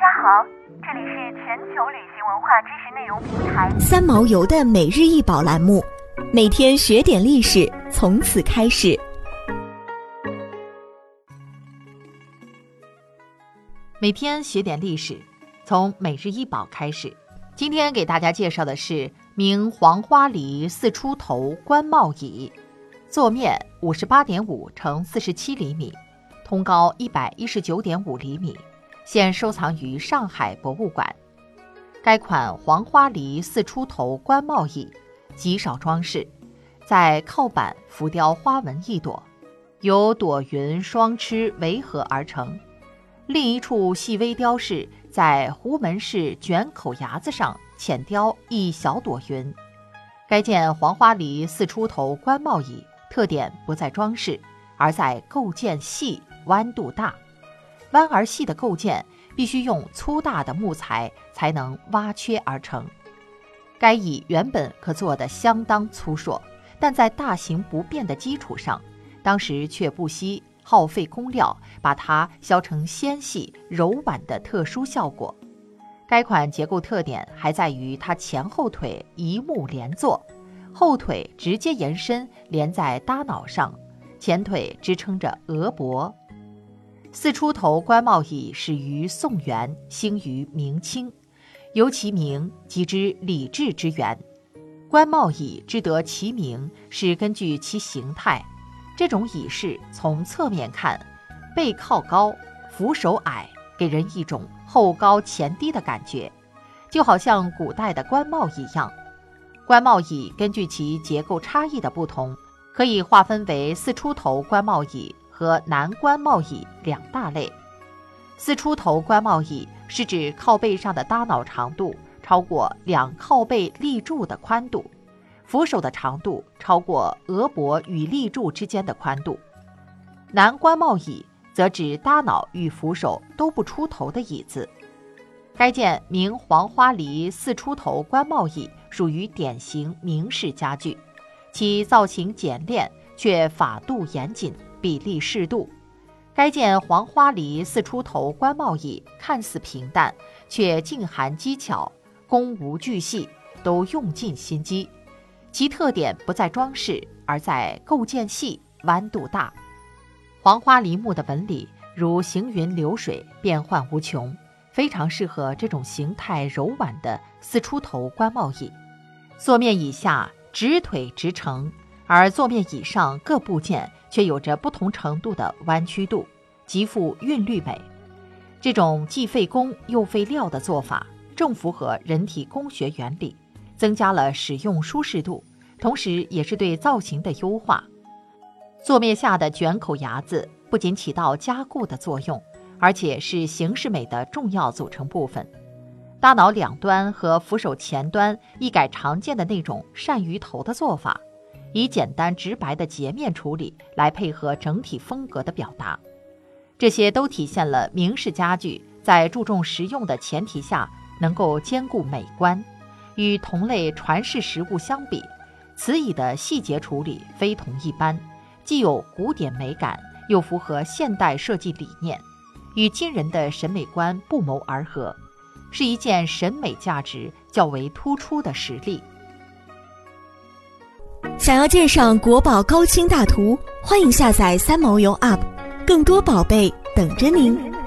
家好，这里是全球旅行文化知识内容平台三毛游的每日一宝栏目，每天学点历史，从此开始。 每天学点历史，从每日一宝开始。今天给大家介绍的是明黄花梨4出头官帽椅，座面 58.5 乘47厘米，通高 119.5厘米，现收藏于上海博物馆。该款黄花梨4出头官帽椅极少装饰，在靠板浮雕花纹一朵，由朵云双翅围合而成。另一处细微雕饰在弧门式卷口牙子上浅雕一小朵云。该件黄花梨4出头官帽椅特点不在装饰，而在构件细、弯度大。弯而细的构件必须用粗大的木材才能挖缺而成。该椅原本可做得相当粗硕，但在大型不变的基础上，当时却不惜耗费工料，把它削成纤细柔婉的特殊效果。该款结构特点还在于它前后腿一目连坐，后腿直接延伸连在大脑上，前腿支撑着额脖。4出头官帽椅始于宋元，兴于明清，由其名即知礼制之源。官帽椅之得其名是根据其形态。这种椅式从侧面看，背靠高，扶手矮，给人一种后高前低的感觉，就好像古代的官帽一样。官帽椅根据其结构差异的不同，可以划分为4出头官帽椅和南官帽椅两大类。4出头官帽椅是指靠背上的大脑长度超过两靠背立柱的宽度，扶手的长度超过额脖与立柱之间的宽度。南官帽椅则指大脑与扶手都不出头的椅子。该件明黄花梨4出头官帽椅属于典型明式家具，其造型简练却法度严谨，比例适度。该件黄花梨4出头官帽椅看似平淡，却尽含机巧，工无巨细，都用尽心机。其特点不在装饰，而在构件细、弯度大。黄花梨木的纹理如行云流水，变幻无穷，非常适合这种形态柔婉的4出头官帽椅。座面以下直腿直成，而座面以上各部件却有着不同程度的弯曲度，极富韵律美。这种既费工又费料的做法，正符合人体工学原理，增加了使用舒适度，同时也是对造型的优化。座面下的卷口牙子不仅起到加固的作用，而且是形式美的重要组成部分。大脑两端和扶手前端一改常见的那种鳝鱼头的做法，以简单直白的截面处理来配合整体风格的表达。这些都体现了明式家具在注重实用的前提下能够兼顾美观。与同类传世实物相比，此椅的细节处理非同一般，既有古典美感，又符合现代设计理念，与今人的审美观不谋而合，是一件审美价值较为突出的实例。 想要鉴赏国宝高清大图，欢迎下载三毛游 App， 更多宝贝等着您。